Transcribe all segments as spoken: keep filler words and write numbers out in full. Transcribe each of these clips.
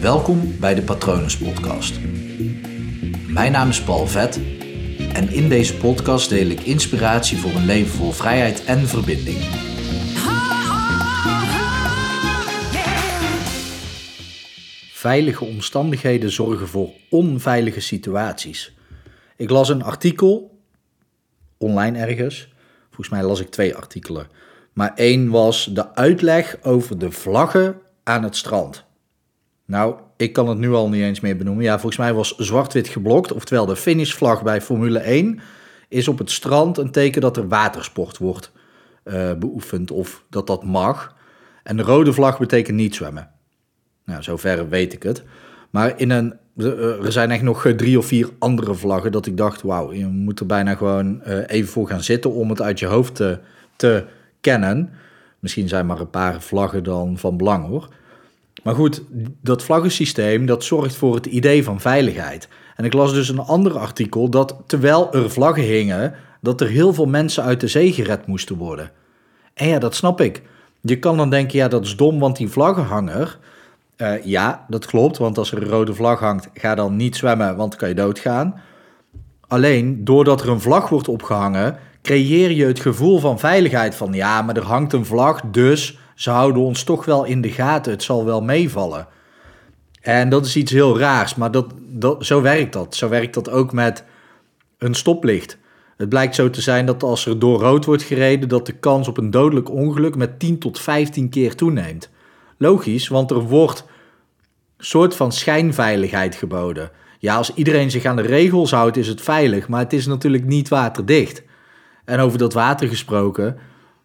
Welkom bij de Patronus Podcast. Mijn naam is Paul Vet en in deze podcast deel ik inspiratie voor een leven vol vrijheid en verbinding. Veilige omstandigheden zorgen voor onveilige situaties. Ik las een artikel, online ergens, volgens mij las ik twee artikelen. Maar één was de uitleg over de vlaggen aan het strand. Nou, ik kan het nu al niet eens meer benoemen. Ja, volgens mij was zwart-wit geblokt, oftewel de finishvlag bij Formule één is op het strand een teken dat er watersport wordt uh, beoefend of dat dat mag. En de rode vlag betekent niet zwemmen. Nou, zover weet ik het. Maar in een, er zijn echt nog drie of vier andere vlaggen dat ik dacht, wauw, je moet er bijna gewoon uh, even voor gaan zitten om het uit je hoofd te, te kennen. Misschien zijn maar een paar vlaggen dan van belang hoor. Maar goed, dat vlaggensysteem dat zorgt voor het idee van veiligheid. En ik las dus een ander artikel dat terwijl er vlaggen hingen, dat er heel veel mensen uit de zee gered moesten worden. En ja, dat snap ik. Je kan dan denken, ja, dat is dom, want die vlaggenhanger, uh, ja, dat klopt, want als er een rode vlag hangt, ga dan niet zwemmen, want dan kan je doodgaan. Alleen, doordat er een vlag wordt opgehangen, creëer je het gevoel van veiligheid van, ja, maar er hangt een vlag, dus ze houden ons toch wel in de gaten, het zal wel meevallen. En dat is iets heel raars, maar dat, dat, zo werkt dat. Zo werkt dat ook met een stoplicht. Het blijkt zo te zijn dat als er door rood wordt gereden, dat de kans op een dodelijk ongeluk met tien tot vijftien keer toeneemt. Logisch, want er wordt een soort van schijnveiligheid geboden. Ja, als iedereen zich aan de regels houdt, is het veilig, maar het is natuurlijk niet waterdicht. En over dat water gesproken,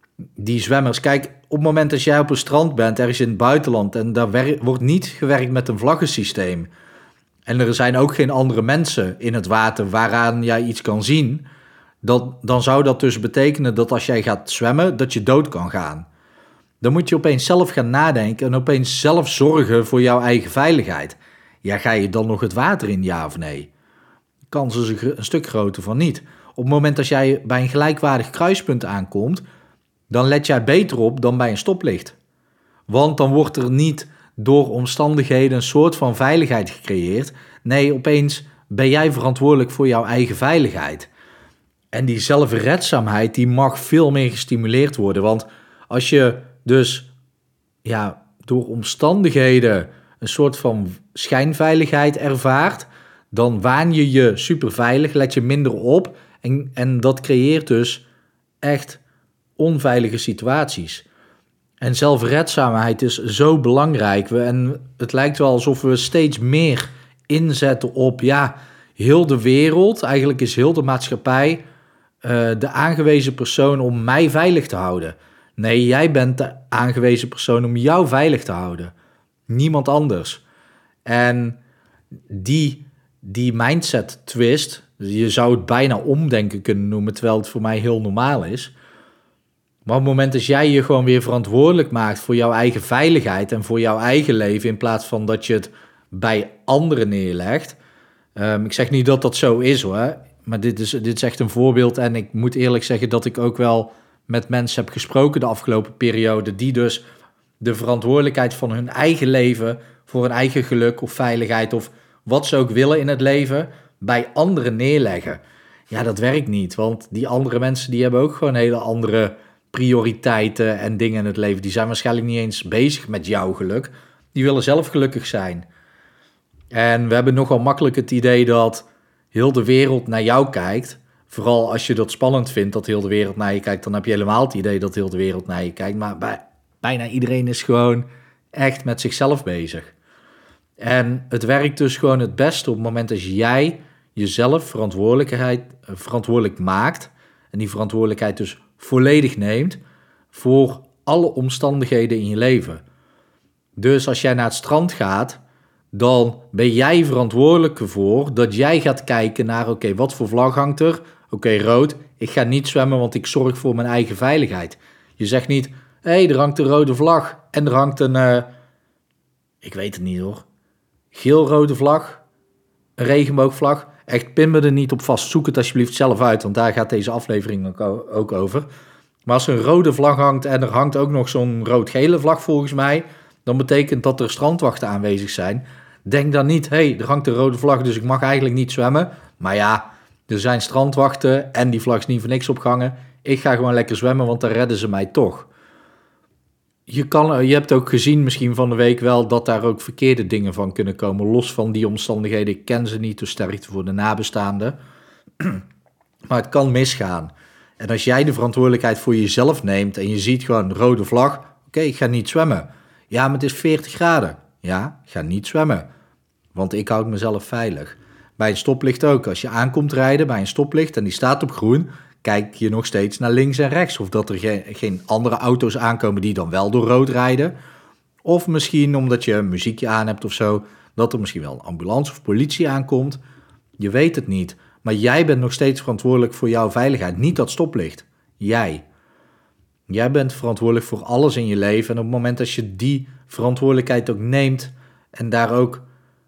die zwemmers, kijk, op het moment dat jij op een strand bent, ergens in het buitenland, en daar wer- wordt niet gewerkt met een vlaggensysteem, en er zijn ook geen andere mensen in het water waaraan jij iets kan zien, dat, dan zou dat dus betekenen dat als jij gaat zwemmen, dat je dood kan gaan. Dan moet je opeens zelf gaan nadenken en opeens zelf zorgen voor jouw eigen veiligheid. Ja, ga je dan nog het water in, ja of nee? De kans is een, een stuk groter van niet. Op het moment dat jij bij een gelijkwaardig kruispunt aankomt, dan let jij beter op dan bij een stoplicht. Want dan wordt er niet door omstandigheden een soort van veiligheid gecreëerd. Nee, opeens ben jij verantwoordelijk voor jouw eigen veiligheid. En die zelfredzaamheid die mag veel meer gestimuleerd worden. Want als je dus ja, door omstandigheden een soort van schijnveiligheid ervaart, dan waan je je superveilig, let je minder op. En, en dat creëert dus echt onveilige situaties. En zelfredzaamheid is zo belangrijk. En het lijkt wel alsof we steeds meer inzetten op, ja, heel de wereld, eigenlijk is heel de maatschappij uh, de aangewezen persoon om mij veilig te houden. Nee, jij bent de aangewezen persoon om jou veilig te houden. Niemand anders. En die, die mindset twist, je zou het bijna omdenken kunnen noemen, terwijl het voor mij heel normaal is. Maar op het moment dat jij je gewoon weer verantwoordelijk maakt voor jouw eigen veiligheid en voor jouw eigen leven, in plaats van dat je het bij anderen neerlegt. Um, ik zeg niet dat dat zo is hoor, maar dit is, dit is echt een voorbeeld. En ik moet eerlijk zeggen dat ik ook wel met mensen heb gesproken de afgelopen periode, die dus de verantwoordelijkheid van hun eigen leven, voor hun eigen geluk of veiligheid of wat ze ook willen in het leven, bij anderen neerleggen. Ja, dat werkt niet, want die andere mensen die hebben ook gewoon hele andere prioriteiten en dingen in het leven. Die zijn waarschijnlijk niet eens bezig met jouw geluk. Die willen zelf gelukkig zijn. En we hebben nogal makkelijk het idee dat heel de wereld naar jou kijkt. Vooral als je dat spannend vindt dat heel de wereld naar je kijkt, dan heb je helemaal het idee dat heel de wereld naar je kijkt. Maar bij, bijna iedereen is gewoon echt met zichzelf bezig. En het werkt dus gewoon het beste op het moment dat jij jezelf verantwoordelijkheid, verantwoordelijk maakt en die verantwoordelijkheid dus volledig neemt voor alle omstandigheden in je leven. Dus als jij naar het strand gaat, dan ben jij verantwoordelijk ervoor dat jij gaat kijken naar, oké, okay, wat voor vlag hangt er? Oké, okay, rood, ik ga niet zwemmen, want ik zorg voor mijn eigen veiligheid. Je zegt niet, hé, hey, er hangt een rode vlag en er hangt een, uh, ik weet het niet hoor, geel-rode vlag, een regenboogvlag. Echt, pin me er niet op vast. Zoek het alsjeblieft zelf uit, want daar gaat deze aflevering ook over. Maar als er een rode vlag hangt en er hangt ook nog zo'n rood-gele vlag volgens mij, dan betekent dat er strandwachten aanwezig zijn. Denk dan niet, hé, hey, er hangt een rode vlag, dus ik mag eigenlijk niet zwemmen. Maar ja, er zijn strandwachten en die vlag is niet voor niks opgehangen. Ik ga gewoon lekker zwemmen, want dan redden ze mij toch. Je, kan, je hebt ook gezien misschien van de week wel dat daar ook verkeerde dingen van kunnen komen. Los van die omstandigheden, ik ken ze niet, dus sterkte voor de nabestaanden. Maar het kan misgaan. En als jij de verantwoordelijkheid voor jezelf neemt en je ziet gewoon rode vlag. Oké, okay, ik ga niet zwemmen. Ja, maar het is veertig graden. Ja, ik ga niet zwemmen. Want ik houd mezelf veilig. Bij een stoplicht ook. Als je aankomt rijden bij een stoplicht en die staat op groen, kijk je nog steeds naar links en rechts. Of dat er geen, geen andere auto's aankomen die dan wel door rood rijden. Of misschien omdat je een muziekje aan hebt of zo, dat er misschien wel een ambulance of politie aankomt. Je weet het niet. Maar jij bent nog steeds verantwoordelijk voor jouw veiligheid. Niet dat stoplicht. Jij. Jij bent verantwoordelijk voor alles in je leven. En op het moment dat je die verantwoordelijkheid ook neemt en daar ook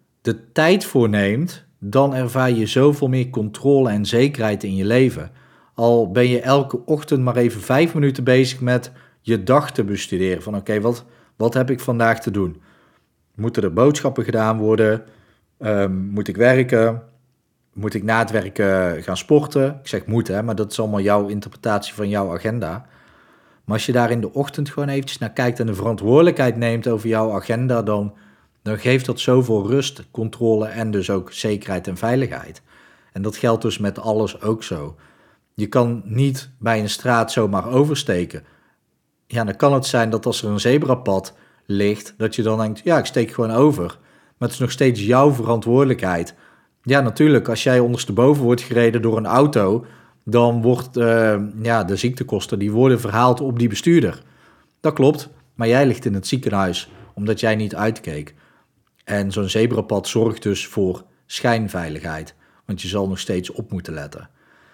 de tijd voor neemt, dan ervaar je zoveel meer controle en zekerheid in je leven. Al ben je elke ochtend maar even vijf minuten bezig met je dag te bestuderen. Van oké, okay, wat, wat heb ik vandaag te doen? Moeten er boodschappen gedaan worden? Um, moet ik werken? Moet ik na het werken gaan sporten? Ik zeg moet, hè, maar dat is allemaal jouw interpretatie van jouw agenda. Maar als je daar in de ochtend gewoon eventjes naar kijkt en de verantwoordelijkheid neemt over jouw agenda, dan, dan geeft dat zoveel rust, controle en dus ook zekerheid en veiligheid. En dat geldt dus met alles ook zo. Je kan niet bij een straat zomaar oversteken. Ja, dan kan het zijn dat als er een zebrapad ligt, dat je dan denkt, ja, ik steek gewoon over. Maar het is nog steeds jouw verantwoordelijkheid. Ja, natuurlijk, als jij ondersteboven wordt gereden door een auto, dan wordt uh, ja, de ziektekosten, die worden verhaald op die bestuurder. Dat klopt, maar jij ligt in het ziekenhuis, omdat jij niet uitkeek. En zo'n zebrapad zorgt dus voor schijnveiligheid, want je zal nog steeds op moeten letten.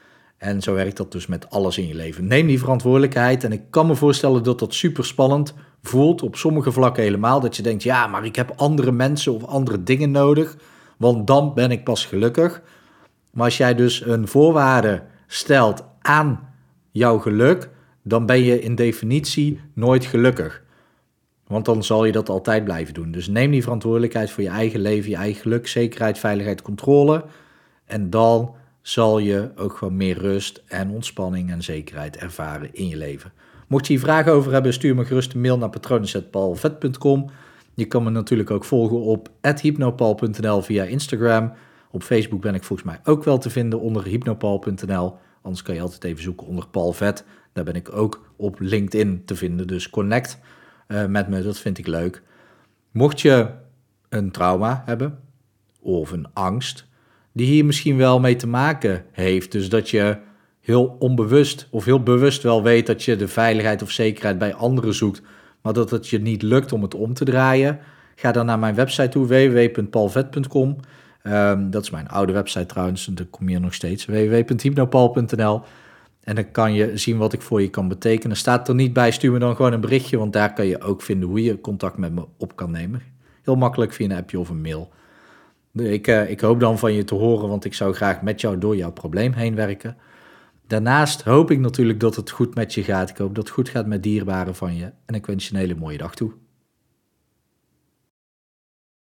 En zo werkt dat dus met alles in je leven. Neem die verantwoordelijkheid en ik kan me voorstellen dat dat super spannend voelt, op sommige vlakken helemaal, dat je denkt, ja, maar ik heb andere mensen of andere dingen nodig, want dan ben ik pas gelukkig. Maar als jij dus een voorwaarde stelt aan jouw geluk, dan ben je in definitie nooit gelukkig. Want dan zal je dat altijd blijven doen. Dus neem die verantwoordelijkheid voor je eigen leven, je eigen geluk, zekerheid, veiligheid, controle. En dan zal je ook gewoon meer rust en ontspanning en zekerheid ervaren in je leven. Mocht je hier vragen over hebben, stuur me gerust een mail naar patronen apenstaartje paul vet punt com. Je kan me natuurlijk ook volgen op at hypnopal punt n l via Instagram. Op Facebook ben ik volgens mij ook wel te vinden onder hypnopal punt n l. Anders kan je altijd even zoeken onder Paul Vet. Daar ben ik ook op LinkedIn te vinden. Dus connect uh, met me, dat vind ik leuk. Mocht je een trauma hebben of een angst die hier misschien wel mee te maken heeft. Dus dat je heel onbewust of heel bewust wel weet dat je de veiligheid of zekerheid bij anderen zoekt, maar dat het je niet lukt om het om te draaien. Ga dan naar mijn website toe, w w w punt paul vet punt com. Um, dat is mijn oude website trouwens, en daar kom je nog steeds, w w w punt hypnopal punt n l. En dan kan je zien wat ik voor je kan betekenen. Staat er niet bij, stuur me dan gewoon een berichtje, want daar kan je ook vinden hoe je contact met me op kan nemen. Heel makkelijk via een appje of een mail. Ik, uh, ik hoop dan van je te horen, want ik zou graag met jou door jouw probleem heen werken. Daarnaast hoop ik natuurlijk dat het goed met je gaat. Ik hoop dat het goed gaat met dierbaren van je. En ik wens je een hele mooie dag toe.